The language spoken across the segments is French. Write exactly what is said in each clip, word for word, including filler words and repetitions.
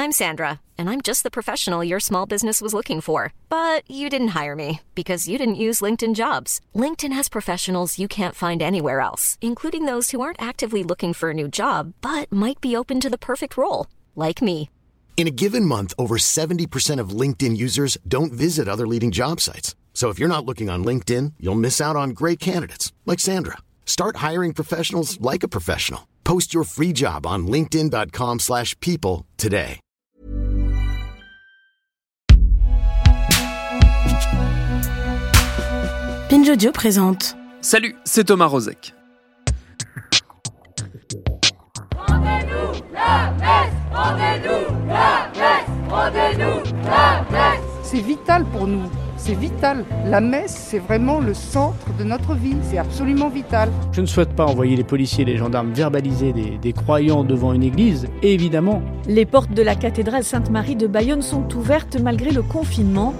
I'm Sandra, and I'm just the professional your small business was looking for. But you didn't hire me because you didn't use LinkedIn Jobs. LinkedIn has professionals you can't find anywhere else, including those who aren't actively looking for a new job, but might be open to the perfect role, like me. In a given month, over seventy percent of LinkedIn users don't visit other leading job sites. So if you're not looking on LinkedIn, you'll miss out on great candidates like Sandra. Start hiring professionals like a professional. Post your free job on linkedin.com slash people today. Binge Audio présente. Salut, c'est Thomas Rozek. Rendez-nous la messe, rendez-nous la messe, rendez-nous la messe. C'est vital pour nous, c'est vital. La messe, c'est vraiment le centre de notre vie, c'est absolument vital. Je ne souhaite pas envoyer les policiers et les gendarmes verbaliser des, des croyants devant une église, évidemment. Les portes de la cathédrale Sainte-Marie de Bayonne sont ouvertes malgré le confinement.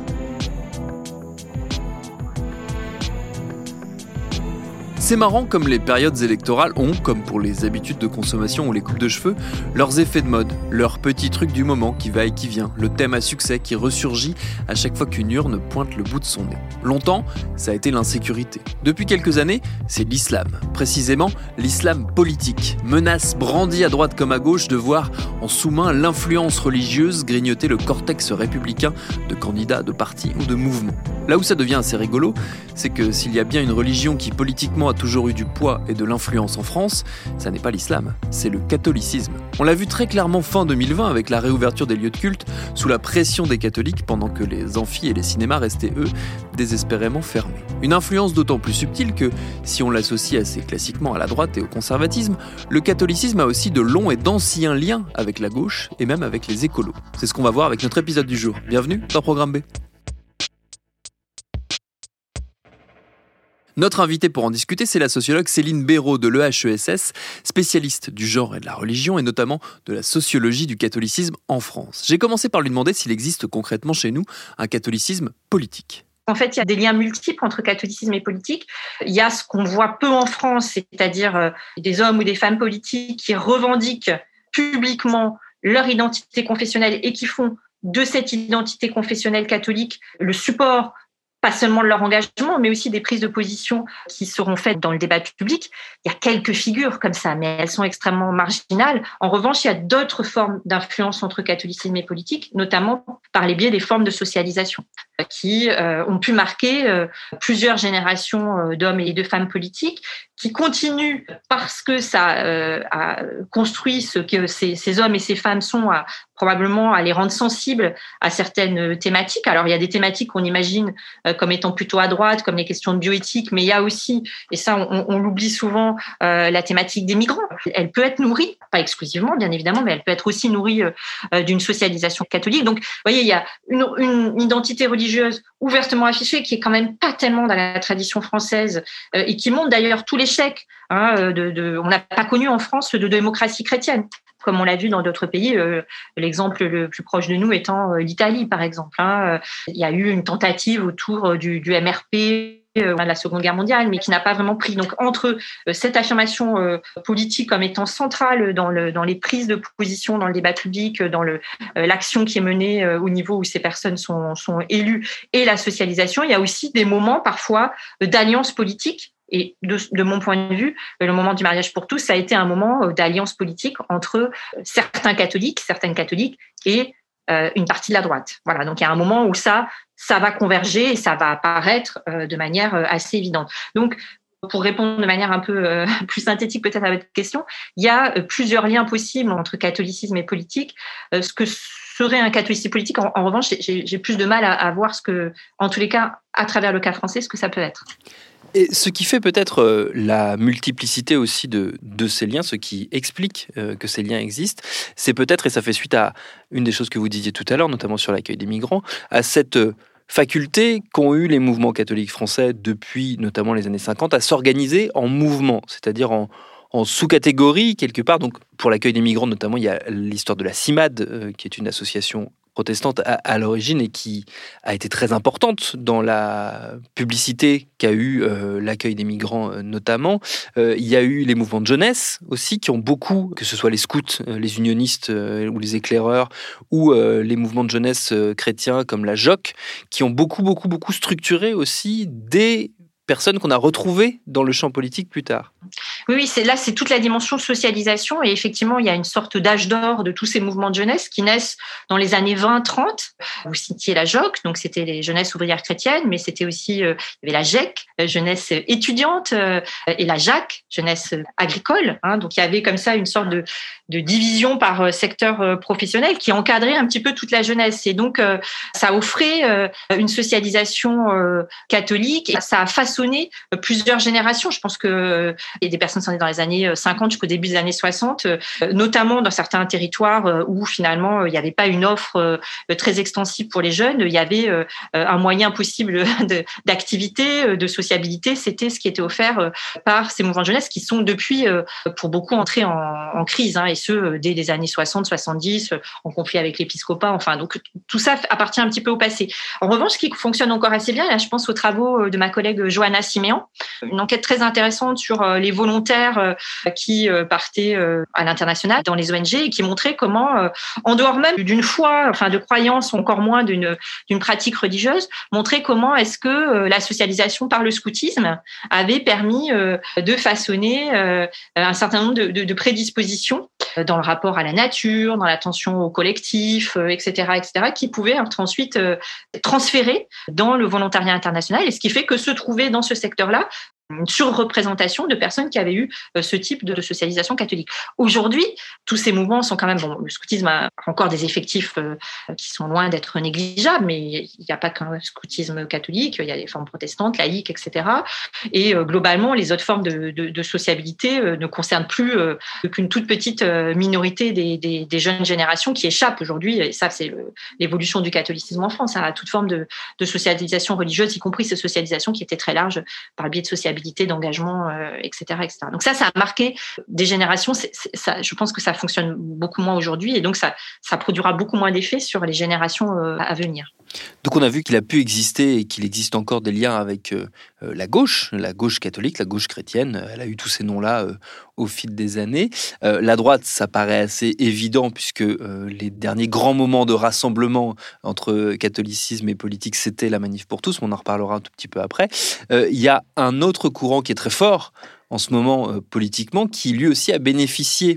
C'est marrant comme les périodes électorales ont, comme pour les habitudes de consommation ou les coupes de cheveux, leurs effets de mode, leurs petits trucs du moment qui va et qui vient, le thème à succès qui ressurgit à chaque fois qu'une urne pointe le bout de son nez. Longtemps, ça a été l'insécurité. Depuis quelques années, c'est l'islam. Précisément, l'islam politique. Menace brandie à droite comme à gauche de voir en sous-main l'influence religieuse grignoter le cortex républicain de candidats, de partis ou de mouvements. Là où ça devient assez rigolo, c'est que s'il y a bien une religion qui politiquement a toujours eu du poids et de l'influence en France, ça n'est pas l'islam, c'est le catholicisme. On l'a vu très clairement fin deux mille vingt avec la réouverture des lieux de culte sous la pression des catholiques pendant que les amphis et les cinémas restaient, eux, désespérément fermés. Une influence d'autant plus subtile que, si on l'associe assez classiquement à la droite et au conservatisme, le catholicisme a aussi de longs et d'anciens liens avec la gauche et même avec les écolos. C'est ce qu'on va voir avec notre épisode du jour. Bienvenue dans Programme B. Notre invitée pour en discuter, c'est la sociologue Céline Béraud de l'E H E S S, spécialiste du genre et de la religion et notamment de la sociologie du catholicisme en France. J'ai commencé par lui demander s'il existe concrètement chez nous un catholicisme politique. En fait, il y a des liens multiples entre catholicisme et politique. Il y a ce qu'on voit peu en France, c'est-à-dire des hommes ou des femmes politiques qui revendiquent publiquement leur identité confessionnelle et qui font de cette identité confessionnelle catholique le support pas seulement de leur engagement, mais aussi des prises de position qui seront faites dans le débat public. Il y a quelques figures comme ça, mais elles sont extrêmement marginales. En revanche, il y a d'autres formes d'influence entre catholicisme et politique, notamment par les biais des formes de socialisation, qui euh, ont pu marquer euh, plusieurs générations euh, d'hommes et de femmes politiques, qui continuent, parce que ça euh, a construit ce que ces, ces hommes et ces femmes sont, à, probablement à les rendre sensibles à certaines thématiques. Alors, il y a des thématiques qu'on imagine euh, comme étant plutôt à droite, comme les questions de bioéthique, mais il y a aussi, et ça on, on l'oublie souvent, euh, la thématique des migrants. Elle peut être nourrie, pas exclusivement bien évidemment, mais elle peut être aussi nourrie euh, d'une socialisation catholique. Donc, vous voyez, il y a une, une identité religieuse ouvertement affichée qui est quand même pas tellement dans la tradition française euh, et qui montre d'ailleurs tout l'échec. Hein, de, de, on n'a pas connu en France de démocratie chrétienne, comme on l'a vu dans d'autres pays, euh, l'exemple le plus proche de nous étant euh, l'Italie, par exemple. Hein. Il y a eu une tentative autour du, du M R P euh, de la Seconde Guerre mondiale, mais qui n'a pas vraiment pris. Donc, entre euh, cette affirmation euh, politique comme étant centrale dans, le, dans les prises de position, dans le débat public, dans le, euh, l'action qui est menée euh, au niveau où ces personnes sont, sont élues, et la socialisation, il y a aussi des moments, parfois, euh, d'alliance politique. Et de, de mon point de vue, le moment du mariage pour tous, ça a été un moment d'alliance politique entre certains catholiques, certaines catholiques et euh, une partie de la droite. Voilà, donc il y a un moment où ça, ça va converger et ça va apparaître euh, de manière assez évidente. Donc, pour répondre de manière un peu euh, plus synthétique peut-être à votre question, il y a euh, plusieurs liens possibles entre catholicisme et politique. Euh, ce que serait un catholicisme politique, en, en revanche, j'ai, j'ai plus de mal à, à voir ce que, en tous les cas, à travers le cas français, ce que ça peut être. Et ce qui fait peut-être euh, la multiplicité aussi de, de ces liens, ce qui explique euh, que ces liens existent, c'est peut-être, et ça fait suite à une des choses que vous disiez tout à l'heure, notamment sur l'accueil des migrants, à cette euh, faculté qu'ont eu les mouvements catholiques français depuis notamment les années cinquante à s'organiser en mouvement, c'est-à-dire en, en sous-catégories quelque part. Donc pour l'accueil des migrants notamment, il y a l'histoire de la CIMAD, euh, qui est une association protestante à, à l'origine et qui a été très importante dans la publicité qu'a eu euh, l'accueil des migrants euh, notamment. Euh, il y a eu les mouvements de jeunesse aussi qui ont beaucoup, que ce soit les scouts, euh, les unionistes euh, ou les éclaireurs ou euh, les mouvements de jeunesse euh, chrétiens comme la J O C, qui ont beaucoup, beaucoup, beaucoup structuré aussi des personnes qu'on a retrouvées dans le champ politique plus tard. Oui, oui, c'est, là, c'est toute la dimension socialisation. Et effectivement, il y a une sorte d'âge d'or de tous ces mouvements de jeunesse qui naissent dans les années vingt trente. Vous citiez la J O C, donc c'était les jeunesses ouvrières chrétiennes, mais c'était aussi, euh, il y avait la J E C, jeunesse étudiante, euh, et la J A C, jeunesse agricole. Hein, donc il y avait comme ça une sorte de, de division par secteur euh, professionnel qui encadrait un petit peu toute la jeunesse. Et donc, euh, ça offrait euh, une socialisation euh, catholique et ça a façonné euh, plusieurs générations. Je pense que euh, il y a des personnes qui sont nées dans les années cinquante jusqu'au début des années soixante, euh, notamment dans certains territoires euh, où finalement euh, il n'y avait pas une offre euh, très extensive pour les jeunes. Il y avait euh, un moyen possible de, d'activité, euh, de sociabilité. C'était ce qui était offert euh, par ces mouvements de jeunesse qui sont depuis, euh, pour beaucoup, entrés en, en crise, hein, et ce, euh, dès les années soixante, soixante-dix, euh, en conflit avec l'épiscopat. Enfin, donc tout ça appartient un petit peu au passé. En revanche, ce qui fonctionne encore assez bien, là, je pense aux travaux de ma collègue Johanna Siméan, une enquête très intéressante sur euh, les volontaires euh, qui euh, partaient euh, à l'international dans les O N G et qui montraient comment, euh, en dehors même d'une foi, enfin de croyance, encore moins d'une, d'une pratique religieuse, montrer comment est-ce que euh, la socialisation par le scoutisme avait permis euh, de façonner euh, un certain nombre de, de, de prédispositions dans le rapport à la nature, dans l'attention au collectif, euh, et cetera, et cetera, qui pouvaient être ensuite euh, transférés dans le volontariat international. Et ce qui fait que se trouvait dans ce secteur-là une surreprésentation de personnes qui avaient eu ce type de socialisation catholique. Aujourd'hui, tous ces mouvements sont quand même... Bon, le scoutisme a encore des effectifs euh, qui sont loin d'être négligeables, mais il n'y a pas qu'un scoutisme catholique, il y a des formes protestantes, laïques, et cetera. Et euh, globalement, les autres formes de, de, de sociabilité euh, ne concernent plus euh, qu'une toute petite euh, minorité des, des, des jeunes générations qui échappent aujourd'hui, et ça, c'est le, l'évolution du catholicisme en France, à toute forme de, de socialisation religieuse, y compris ces socialisations qui étaient très larges par le biais de sociabilité, d'engagement, euh, et cetera, et cetera. Donc ça, ça a marqué des générations. C'est, c'est, ça, je pense que ça fonctionne beaucoup moins aujourd'hui et donc ça, ça produira beaucoup moins d'effets sur les générations euh, à venir. Donc on a vu qu'il a pu exister et qu'il existe encore des liens avec euh, la gauche, la gauche catholique, la gauche chrétienne. Elle a eu tous ces noms-là euh, au fil des années. Euh, la droite, ça paraît assez évident puisque euh, les derniers grands moments de rassemblement entre catholicisme et politique, c'était la Manif pour tous. On en reparlera un tout petit peu après. Euh, il y a un autre courant qui est très fort en ce moment euh, politiquement, qui lui aussi a bénéficié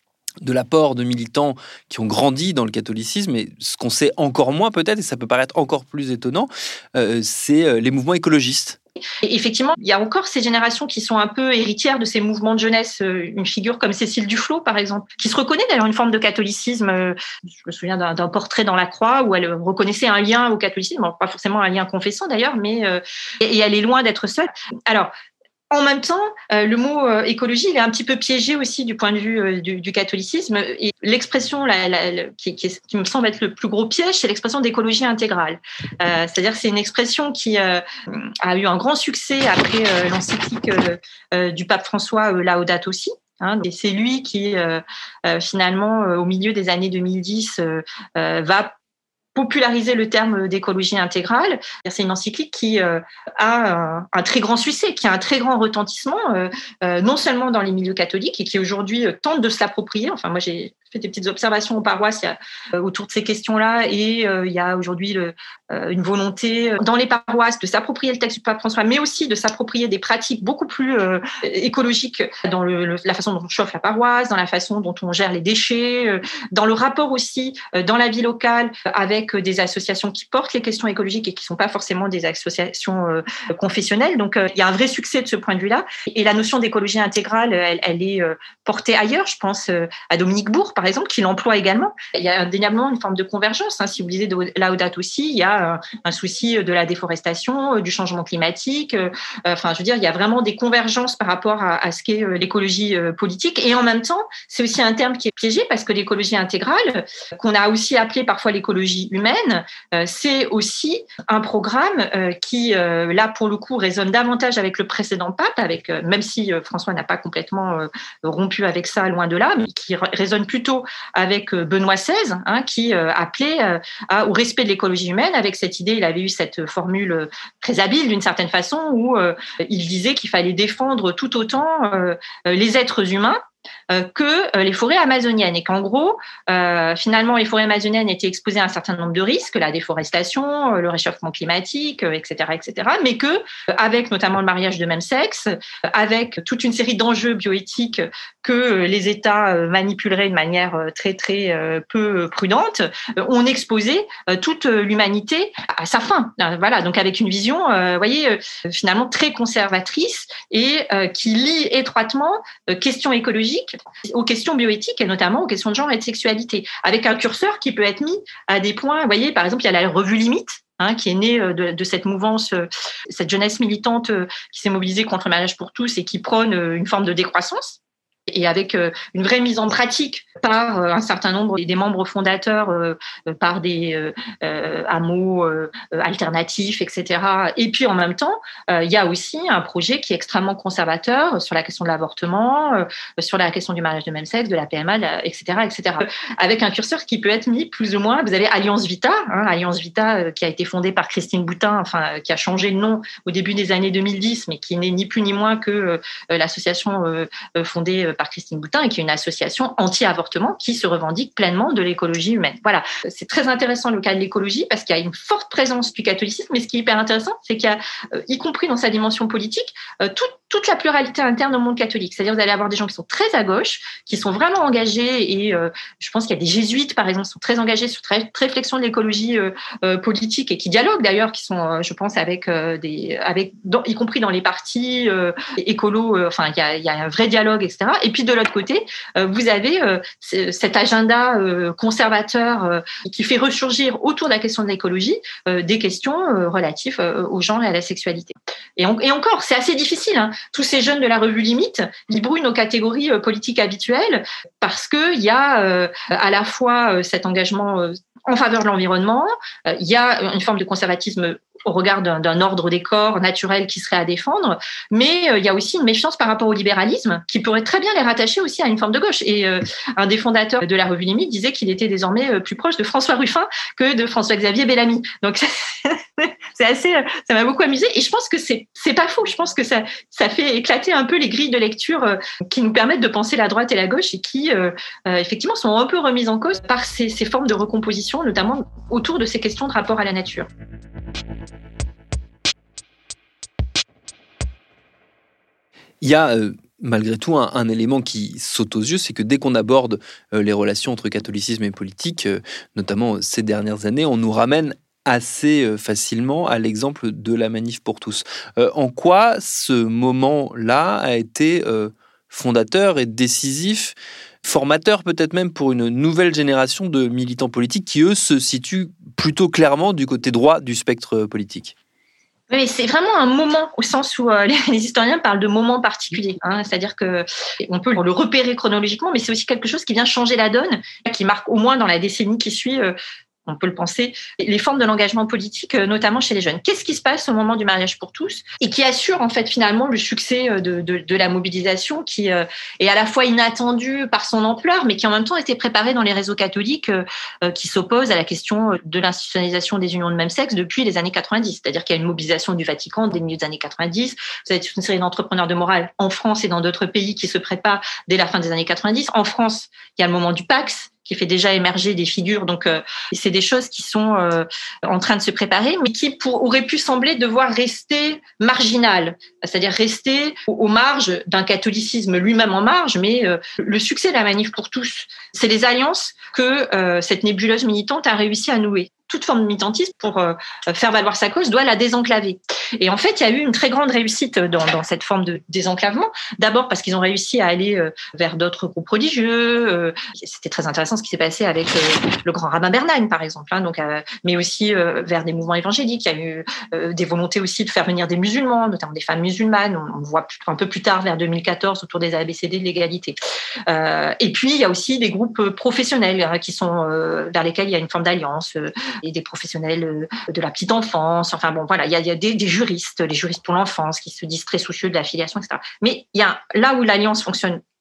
de l'apport de militants qui ont grandi dans le catholicisme, et ce qu'on sait encore moins peut-être, et ça peut paraître encore plus étonnant, euh, c'est les mouvements écologistes. Et effectivement, il y a encore ces générations qui sont un peu héritières de ces mouvements de jeunesse. Une figure comme Cécile Duflot, par exemple, qui se reconnaît d'ailleurs une forme de catholicisme. Je me souviens d'un, d'un portrait dans la Croix où elle reconnaissait un lien au catholicisme, pas forcément un lien confessant d'ailleurs, mais euh, et elle est loin d'être seule. Alors, en même temps, euh, le mot euh, écologie, il est un petit peu piégé aussi du point de vue euh, du, du catholicisme. Et l'expression la, la, la, qui, qui, est, qui me semble être le plus gros piège, c'est l'expression d'écologie intégrale. Euh, c'est-à-dire que c'est une expression qui euh, a eu un grand succès après euh, l'encyclique euh, euh, du pape François euh, Laudato Si. Hein, et c'est lui qui, euh, euh, finalement, euh, au milieu des années deux mille dix, euh, euh, va populariser le terme d'écologie intégrale. C'est une encyclique qui euh, a un, un très grand succès, qui a un très grand retentissement, euh, euh, non seulement dans les milieux catholiques, et qui aujourd'hui euh, tente de se l'approprier. Enfin, moi, j'ai fait des petites observations aux paroisses il y a, euh, autour de ces questions-là, et euh, il y a aujourd'hui le, euh, une volonté dans les paroisses de s'approprier le texte du pape François, mais aussi de s'approprier des pratiques beaucoup plus euh, écologiques dans le, le, la façon dont on chauffe la paroisse, dans la façon dont on gère les déchets, euh, dans le rapport aussi euh, dans la vie locale avec des associations qui portent les questions écologiques et qui ne sont pas forcément des associations euh, confessionnelles. Donc, euh, il y a un vrai succès de ce point de vue-là. Et la notion d'écologie intégrale, elle, elle est euh, portée ailleurs. Je pense euh, à Dominique Bourg, par exemple, qui l'emploie également. Il y a indéniablement une forme de convergence. Hein. Si vous lisez de Laudato Si, il y a un, un souci de la déforestation, euh, du changement climatique. Euh, enfin, je veux dire, il y a vraiment des convergences par rapport à, à ce qu'est euh, l'écologie euh, politique. Et en même temps, c'est aussi un terme qui est piégé parce que l'écologie intégrale, qu'on a aussi appelé parfois l'écologie humaine, euh, c'est aussi un programme euh, qui, euh, là, pour le coup, résonne davantage avec le précédent pape, avec, euh, même si euh, François n'a pas complètement euh, rompu avec ça, loin de là, mais qui résonne plutôt tôt avec Benoît seize, hein, qui euh, appelait euh, à, au respect de l'écologie humaine. Avec cette idée, il avait eu cette formule très habile d'une certaine façon où euh, il disait qu'il fallait défendre tout autant euh, les êtres humains Euh, que euh, les forêts amazoniennes et qu'en gros, euh, finalement, les forêts amazoniennes étaient exposées à un certain nombre de risques, la déforestation, euh, le réchauffement climatique, euh, et cetera, et cetera, mais que, euh, avec notamment le mariage de même sexe, euh, avec toute une série d'enjeux bioéthiques que euh, les États euh, manipuleraient de manière euh, très très euh, peu prudente, euh, on exposait euh, toute l'humanité à sa fin. Euh, voilà, donc avec une vision, euh, vous voyez, euh, finalement très conservatrice et euh, qui lie étroitement euh, questions écologiques aux questions bioéthiques et notamment aux questions de genre et de sexualité, avec un curseur qui peut être mis à des points. Vous voyez, par exemple, il y a la revue Limite, hein, qui est née de, de cette mouvance, cette jeunesse militante qui s'est mobilisée contre le mariage pour tous et qui prône une forme de décroissance. Et avec une vraie mise en pratique par un certain nombre des membres fondateurs, euh, par des euh, hameaux euh, alternatifs, et cetera. Et puis en même temps, euh, il y a aussi un projet qui est extrêmement conservateur sur la question de l'avortement, euh, sur la question du mariage de même sexe, de la P M A, et cetera, et cetera. Avec un curseur qui peut être mis plus ou moins. Vous avez Alliance Vita, hein, Alliance Vita euh, qui a été fondée par Christine Boutin, enfin qui a changé de nom au début des années deux mille dix, mais qui n'est ni plus ni moins que euh, l'association euh, fondée euh, par Christine Boutin et qui est une association anti-avortement qui se revendique pleinement de l'écologie humaine. Voilà, c'est très intéressant le cas de l'écologie parce qu'il y a une forte présence du catholicisme, mais ce qui est hyper intéressant, c'est qu'il y a, euh, y compris dans sa dimension politique, euh, toute, toute la pluralité interne au monde catholique. C'est-à-dire vous allez avoir des gens qui sont très à gauche, qui sont vraiment engagés et euh, je pense qu'il y a des jésuites, par exemple, qui sont très engagés sur très, très réflexion de l'écologie euh, euh, politique et qui dialoguent d'ailleurs, qui sont, euh, je pense, avec euh, des, avec, dans, y compris dans les partis euh, écolos. Euh, enfin, il y a, il y a un vrai dialogue, et cetera. Et puis de l'autre côté, euh, vous avez euh, cet agenda euh, conservateur euh, qui fait ressurgir autour de la question de l'écologie euh, des questions euh, relatives euh, au genre et à la sexualité. Et, on, et encore, c'est assez difficile. Hein. Tous ces jeunes de la revue Limite, ils brouillent nos catégories euh, politiques habituelles parce qu'il y a euh, à la fois euh, cet engagement euh, en faveur de l'environnement, euh, il y a une forme de conservatisme au regard d'un, d'un ordre des corps naturel qui serait à défendre, mais euh, il y a aussi une méfiance par rapport au libéralisme qui pourrait très bien les rattacher aussi à une forme de gauche. Et euh, un des fondateurs de la revue Limite disait qu'il était désormais euh, plus proche de François Ruffin que de François-Xavier Bellamy. Donc c'est assez, ça m'a beaucoup amusé et je pense que c'est c'est pas faux. Je pense que ça ça fait éclater un peu les grilles de lecture euh, qui nous permettent de penser la droite et la gauche et qui euh, euh, effectivement sont un peu remises en cause par ces, ces formes de recomposition, notamment autour de ces questions de rapport à la nature. Il y a euh, malgré tout un, un élément qui saute aux yeux, c'est que dès qu'on aborde euh, les relations entre catholicisme et politique, euh, notamment ces dernières années, on nous ramène assez euh, facilement à l'exemple de la Manif pour tous. Euh, en quoi ce moment-là a été euh, fondateur et décisif, formateur peut-être même pour une nouvelle génération de militants politiques qui, eux, se situent plutôt clairement du côté droit du spectre politique? Oui, c'est vraiment un moment au sens où euh, les historiens parlent de moments particuliers. Hein, c'est-à-dire que on peut le repérer chronologiquement, mais c'est aussi quelque chose qui vient changer la donne, qui marque au moins dans la décennie qui suit. Euh, on peut le penser, les formes de l'engagement politique, notamment chez les jeunes. Qu'est-ce qui se passe au moment du mariage pour tous et qui assure en fait finalement le succès de, de, de la mobilisation qui euh, est à la fois inattendue par son ampleur, mais qui en même temps était préparée dans les réseaux catholiques euh, qui s'opposent à la question de l'institutionnalisation des unions de même sexe depuis les années quatre-vingt-dix. C'est-à-dire qu'il y a une mobilisation du Vatican dès le milieu des années quatre-vingt-dix. Vous avez toute une série d'entrepreneurs de morale en France et dans d'autres pays qui se préparent dès la fin des années quatre-vingt-dix. En France, il y a le moment du Pax qui fait déjà émerger des figures. Donc, euh, c'est des choses qui sont euh, en train de se préparer, mais qui pour, auraient pu sembler devoir rester marginales, c'est-à-dire rester aux, aux marges d'un catholicisme lui-même en marge. Mais euh, le succès de la Manif pour tous, c'est les alliances que euh, cette nébuleuse militante a réussi à nouer. Toute forme de militantisme, pour euh, faire valoir sa cause, doit la désenclaver. Et en fait, il y a eu une très grande réussite dans, dans cette forme de désenclavement. D'abord parce qu'ils ont réussi à aller euh, vers d'autres groupes religieux. Euh, c'était très intéressant ce qui s'est passé avec euh, le grand rabbin Bernheim, par exemple. Hein, donc, euh, mais aussi euh, vers des mouvements évangéliques. Il y a eu euh, des volontés aussi de faire venir des musulmans, notamment des femmes musulmanes. On, on voit un peu plus tard, vers deux mille quatorze, autour des A B C D de l'égalité. Euh, et puis, il y a aussi des groupes professionnels hein, qui sont euh, vers lesquels il y a une forme d'alliance. Euh, et des professionnels de la petite enfance. Enfin bon, voilà, il y a, il y a des, des juristes, les juristes pour l'enfance qui se disent très soucieux de la filiation, et cetera. Mais il y a là où l'alliance fonctionne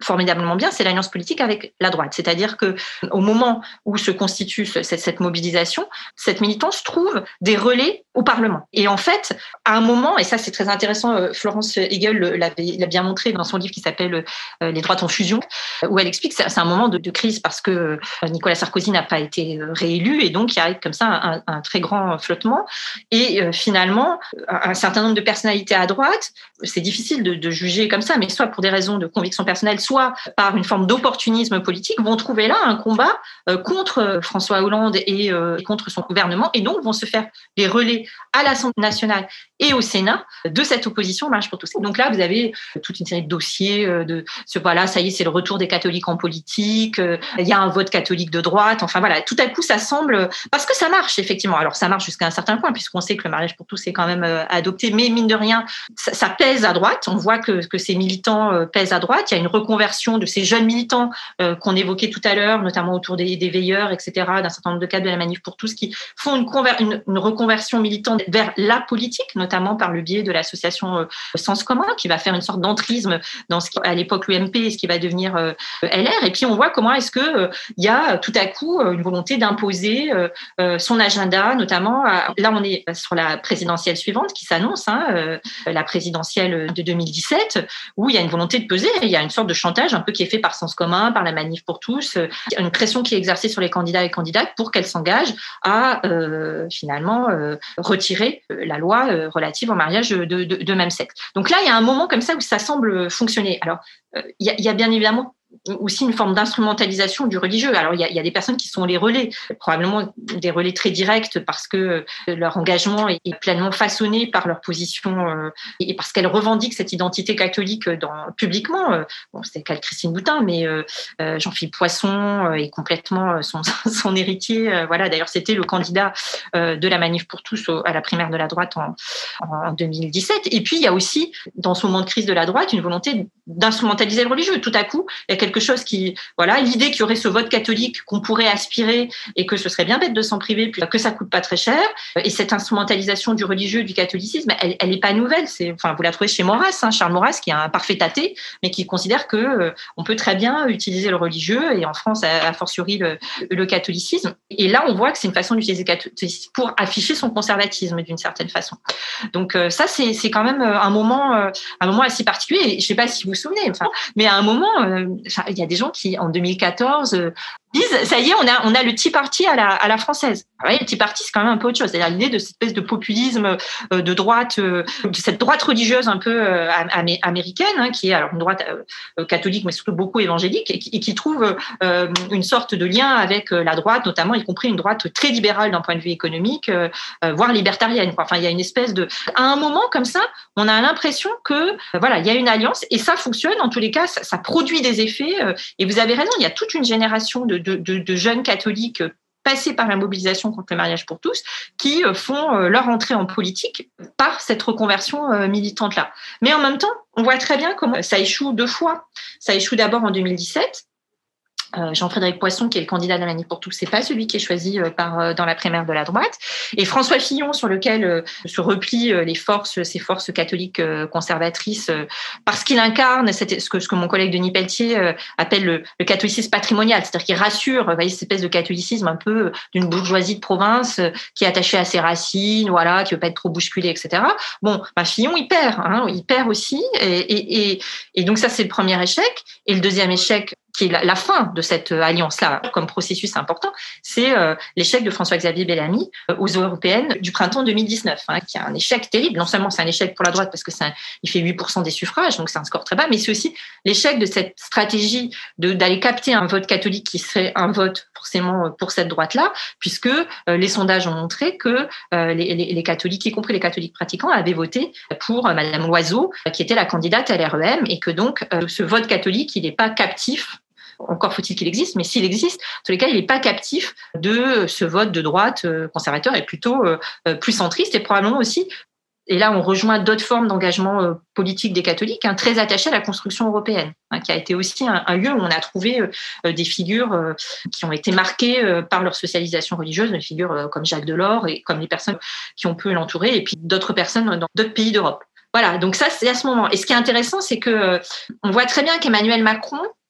formidablement bien, c'est l'alliance politique avec la droite. C'est-à-dire que au moment où se constitue cette, cette mobilisation, cette militance trouve des relais au Parlement. Et en fait, à un moment, et ça c'est très intéressant, Florence Hegel l'avait, l'a bien montré dans son livre qui s'appelle « Les droites en fusion », où elle explique que c'est un moment de, de crise parce que Nicolas Sarkozy n'a pas été réélu et donc il y a comme ça un, un très grand flottement. Et euh, finalement, un certain nombre de personnalités à droite, c'est difficile de, de juger comme ça, mais soit pour des raisons de conviction personnelle, soit par une forme d'opportunisme politique, vont trouver là un combat euh, contre François Hollande et euh, contre son gouvernement, et donc vont se faire des relais à l'Assemblée nationale et au Sénat de cette opposition au mariage pour tous. Donc là, vous avez toute une série de dossiers euh, de ce voilà, ça y est, c'est le retour des catholiques en politique, euh, il y a un vote catholique de droite, enfin voilà, tout à coup ça semble, parce que ça marche effectivement. Alors ça marche jusqu'à un certain point, puisqu'on sait que le mariage pour tous est quand même euh, adopté, mais mine de rien, ça, ça pèse à droite. On voit que, que ces militants euh, pèsent à droite. Il y a une reconversion de ces jeunes militants euh, qu'on évoquait tout à l'heure, notamment autour des, des veilleurs, et cetera, d'un certain nombre de cadres de la Manif pour tous, qui font une, conver- une, une reconversion militante vers la politique, notamment par le biais de l'association euh, Sens commun, qui va faire une sorte d'entrisme dans ce qui, à l'époque, l'U M P, et ce qui va devenir euh, L R. Et puis, on voit comment est-ce que euh, il y a tout à coup une volonté d'imposer euh, euh, son agenda, notamment, à, là, on est sur la présidentielle suivante qui s'annonce, hein, euh, la présidentielle de deux mille dix-sept, où il y a une volonté de peser, il y a une sorte de chantage un peu qui est fait par Sens commun, par la Manif pour tous, euh, une pression qui est exercée sur les candidats et candidates pour qu'elles s'engagent à euh, finalement euh, retirer la loi euh, relative au mariage de, de, de même sexe. Donc là, il y a un moment comme ça où ça semble fonctionner. Alors, euh, il y a, il y a bien évidemment aussi une forme d'instrumentalisation du religieux. Alors, il y a, il y a des personnes qui sont les relais, probablement des relais très directs parce que leur engagement est pleinement façonné par leur position euh, et parce qu'elles revendiquent cette identité catholique dans, publiquement. Euh, bon, c'est le cas de Christine Boutin, mais euh, euh, Jean-Philippe Poisson euh, est complètement son, son héritier. Euh, voilà, d'ailleurs, c'était le candidat euh, de la Manif pour tous au, à la primaire de la droite en, en deux mille dix-sept. Et puis, il y a aussi, dans ce moment de crise de la droite, une volonté d'instrumentaliser le religieux. Tout à coup, il y a quelque chose qui, voilà, l'idée qu'il y aurait ce vote catholique qu'on pourrait aspirer et que ce serait bien bête de s'en priver, puis que ça coûte pas très cher. Et cette instrumentalisation du religieux, du catholicisme, elle, elle est pas nouvelle. C'est, enfin, vous la trouvez chez Maurras, hein, Charles Maurras, qui est un parfait athée, mais qui considère que euh, on peut très bien utiliser le religieux et en France, a, a fortiori le, le catholicisme. Et là, on voit que c'est une façon d'utiliser le catholicisme pour afficher son conservatisme d'une certaine façon. Donc euh, ça, c'est, c'est quand même un moment, euh, un moment assez particulier. Et je sais pas si vous vous souvenez, enfin, mais à un moment, euh, il y a des gens qui, en deux mille quatorze, euh, disent, ça y est, on a, on a le Tea Party à la, à la française. Ouais, le Tea Party, c'est quand même un peu autre chose. C'est-à-dire l'idée de cette espèce de populisme euh, de droite, euh, de cette droite religieuse un peu euh, am- américaine, hein, qui est alors une droite euh, catholique, mais surtout beaucoup évangélique, et qui, et qui trouve euh, une sorte de lien avec euh, la droite, notamment, y compris une droite très libérale d'un point de vue économique, euh, euh, voire libertarienne, quoi. Enfin, il y a une espèce de... À un moment comme ça, on a l'impression que, euh, voilà, il y a une alliance, et ça fonctionne. En tous les cas, ça, ça produit des effets. Euh, et vous avez raison, il y a toute une génération de De, de, de jeunes catholiques passés par la mobilisation contre le mariage pour tous qui font leur entrée en politique par cette reconversion militante-là. Mais en même temps, on voit très bien comment ça échoue deux fois. Ça échoue d'abord en deux mille dix-sept. Euh, Jean-Frédéric Poisson, qui est le candidat de la Manif pour tous, c'est pas celui qui est choisi euh, par euh, dans la primaire de la droite. Et François Fillon, sur lequel euh, se replient euh, les forces, ces forces catholiques euh, conservatrices, euh, parce qu'il incarne cette, ce que ce que mon collègue Denis Pelletier euh, appelle le, le catholicisme patrimonial, c'est-à-dire qu'il rassure, vous voyez, cette espèce de catholicisme un peu d'une bourgeoisie de province euh, qui est attachée à ses racines, voilà, qui veut pas être trop bousculée, et cetera. Bon, bah, Fillon, il perd, hein, il perd aussi, et, et, et, et donc ça, c'est le premier échec. Et le deuxième échec, qui est la, la fin de cette alliance-là comme processus important, c'est euh, l'échec de François-Xavier Bellamy euh, aux européennes du printemps deux mille dix-neuf, hein, qui est un échec terrible. Non seulement c'est un échec pour la droite parce que c'est un, il fait huit pour cent des suffrages, donc c'est un score très bas, mais c'est aussi l'échec de cette stratégie de, d'aller capter un vote catholique qui serait un vote forcément pour cette droite-là, puisque euh, les sondages ont montré que euh, les, les, les catholiques, y compris les catholiques pratiquants, avaient voté pour euh, Madame Loiseau, euh, qui était la candidate à l'R E M, et que donc euh, ce vote catholique, il n'est pas captif. Encore faut-il qu'il existe, mais s'il existe, en tous les cas, il n'est pas captif de ce vote de droite conservateur et plutôt euh, plus centriste et probablement aussi, et là on rejoint d'autres formes d'engagement euh, politique des catholiques, hein, très attachés à la construction européenne, hein, qui a été aussi un, un lieu où on a trouvé euh, des figures euh, qui ont été marquées euh, par leur socialisation religieuse, des figures euh, comme Jacques Delors et comme les personnes qui ont pu l'entourer, et puis d'autres personnes dans d'autres pays d'Europe. Voilà, donc ça, c'est à ce moment. Et ce qui est intéressant, c'est que euh, on voit très bien qu'Emmanuel Macron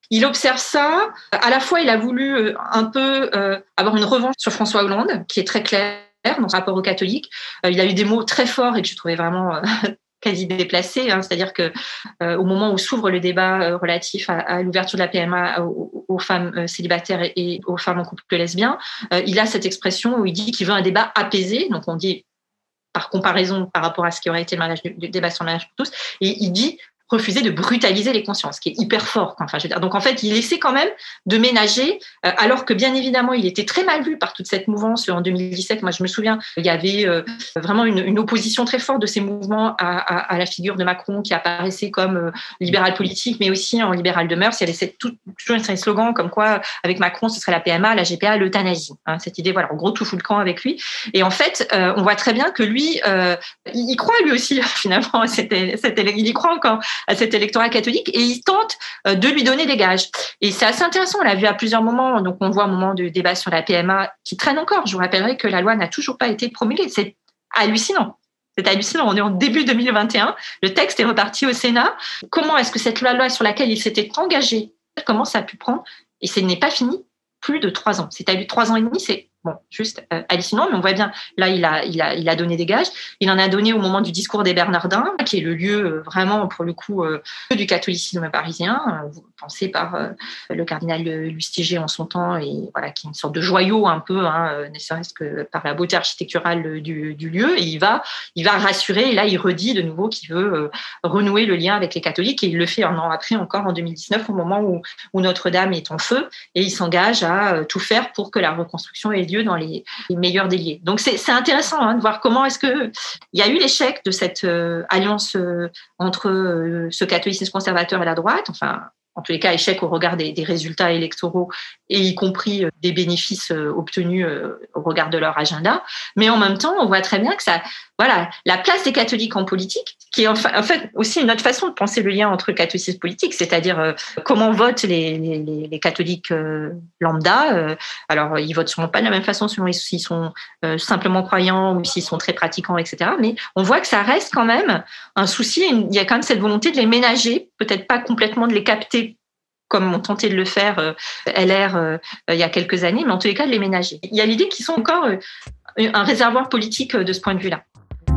il observe ça. À la fois, il a voulu un peu euh, avoir une revanche sur François Hollande, qui est très clair dans son rapport aux catholiques. Euh, il a eu des mots très forts et que je trouvais vraiment euh, quasi déplacés. Hein, c'est-à-dire que euh, au moment où s'ouvre le débat euh, relatif à, à l'ouverture de la P M A aux, aux femmes euh, célibataires et, et aux femmes en couple lesbien, euh, il a cette expression où il dit qu'il veut un débat apaisé. Donc on dit par comparaison par rapport à ce qui aurait été le, mariage, le débat sur le mariage pour tous, et il dit refuser de brutaliser les consciences, ce qui est hyper fort. Enfin, je veux dire. Donc, en fait, il essaie quand même de ménager, euh, alors que, bien évidemment, il était très mal vu par toute cette mouvance en deux mille dix-sept. Moi, je me souviens, il y avait euh, vraiment une, une opposition très forte de ces mouvements à, à, à la figure de Macron, qui apparaissait comme euh, libéral politique, mais aussi en libéral de mœurs. Il y avait cette, tout, toujours un slogan comme quoi, avec Macron, ce serait la P M A, la G P A, l'euthanasie. Hein, cette idée, voilà, en gros, tout fout le camp avec lui. Et en fait, euh, on voit très bien que lui, euh, il y croit lui aussi, finalement, c'était, c'était, il y croit encore à cet électorat catholique et il tente de lui donner des gages. Et c'est assez intéressant, on l'a vu à plusieurs moments, donc on voit au moment du débat sur la P M A qui traîne encore. Je vous rappellerai que la loi n'a toujours pas été promulguée. C'est hallucinant. C'est hallucinant, on est en début deux mille vingt et un, le texte est reparti au Sénat. Comment est-ce que cette loi sur laquelle il s'était engagé, comment ça a pu prendre, et ce n'est pas fini, plus de trois ans. C'est à lui trois ans et demi, c'est bon, juste euh, hallucinant, mais on voit bien, là, il a, il, a, il a donné des gages. Il en a donné au moment du discours des Bernardins, qui est le lieu euh, vraiment, pour le coup, euh, du catholicisme parisien, euh, pensé par euh, le cardinal Lustiger en son temps, et voilà, qui est une sorte de joyau un peu, hein, euh, ne serait-ce que par la beauté architecturale du, du lieu. Et il va, il va rassurer, et là, il redit de nouveau qu'il veut euh, renouer le lien avec les catholiques, et il le fait un an après, encore en deux mille dix-neuf, au moment où, où Notre-Dame est en feu, et il s'engage à euh, tout faire pour que la reconstruction ait lieu dans les, les meilleurs délais. Donc c'est, c'est intéressant hein, de voir comment est-ce que il y a eu l'échec de cette euh, alliance euh, entre euh, ce catholicisme conservateur et la droite, enfin en tous les cas échec au regard des, des résultats électoraux et y compris euh, des bénéfices euh, obtenus euh, au regard de leur agenda. Mais en même temps, on voit très bien que ça, voilà, la place des catholiques en politique, qui est en, fa- en fait aussi une autre façon de penser le lien entre le catholicisme politique, c'est-à-dire euh, comment votent les, les, les catholiques euh, lambda. Euh, alors, ils votent sûrement pas de la même façon selon s'ils sont euh, simplement croyants ou s'ils sont très pratiquants, et cetera. Mais on voit que ça reste quand même un souci. Il y a quand même cette volonté de les ménager, peut-être pas complètement de les capter comme on tentait de le faire euh, L R euh, il y a quelques années, mais en tous les cas de les ménager. Il y a l'idée qu'ils sont encore euh, un réservoir politique euh, de ce point de vue-là.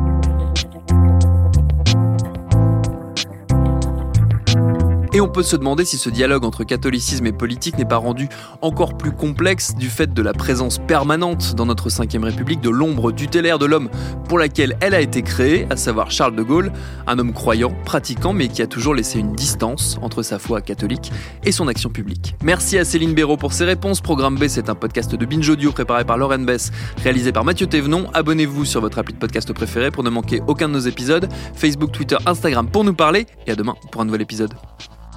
Et on peut se demander si ce dialogue entre catholicisme et politique n'est pas rendu encore plus complexe du fait de la présence permanente dans notre cinquième République de l'ombre tutélaire de l'homme pour laquelle elle a été créée, à savoir Charles de Gaulle, un homme croyant, pratiquant, mais qui a toujours laissé une distance entre sa foi catholique et son action publique. Merci à Céline Béraud pour ses réponses. Programme B, c'est un podcast de Binge Audio préparé par Lauren Bess, réalisé par Mathieu Thévenon. Abonnez-vous sur votre appli de podcast préféré pour ne manquer aucun de nos épisodes. Facebook, Twitter, Instagram pour nous parler. Et à demain pour un nouvel épisode.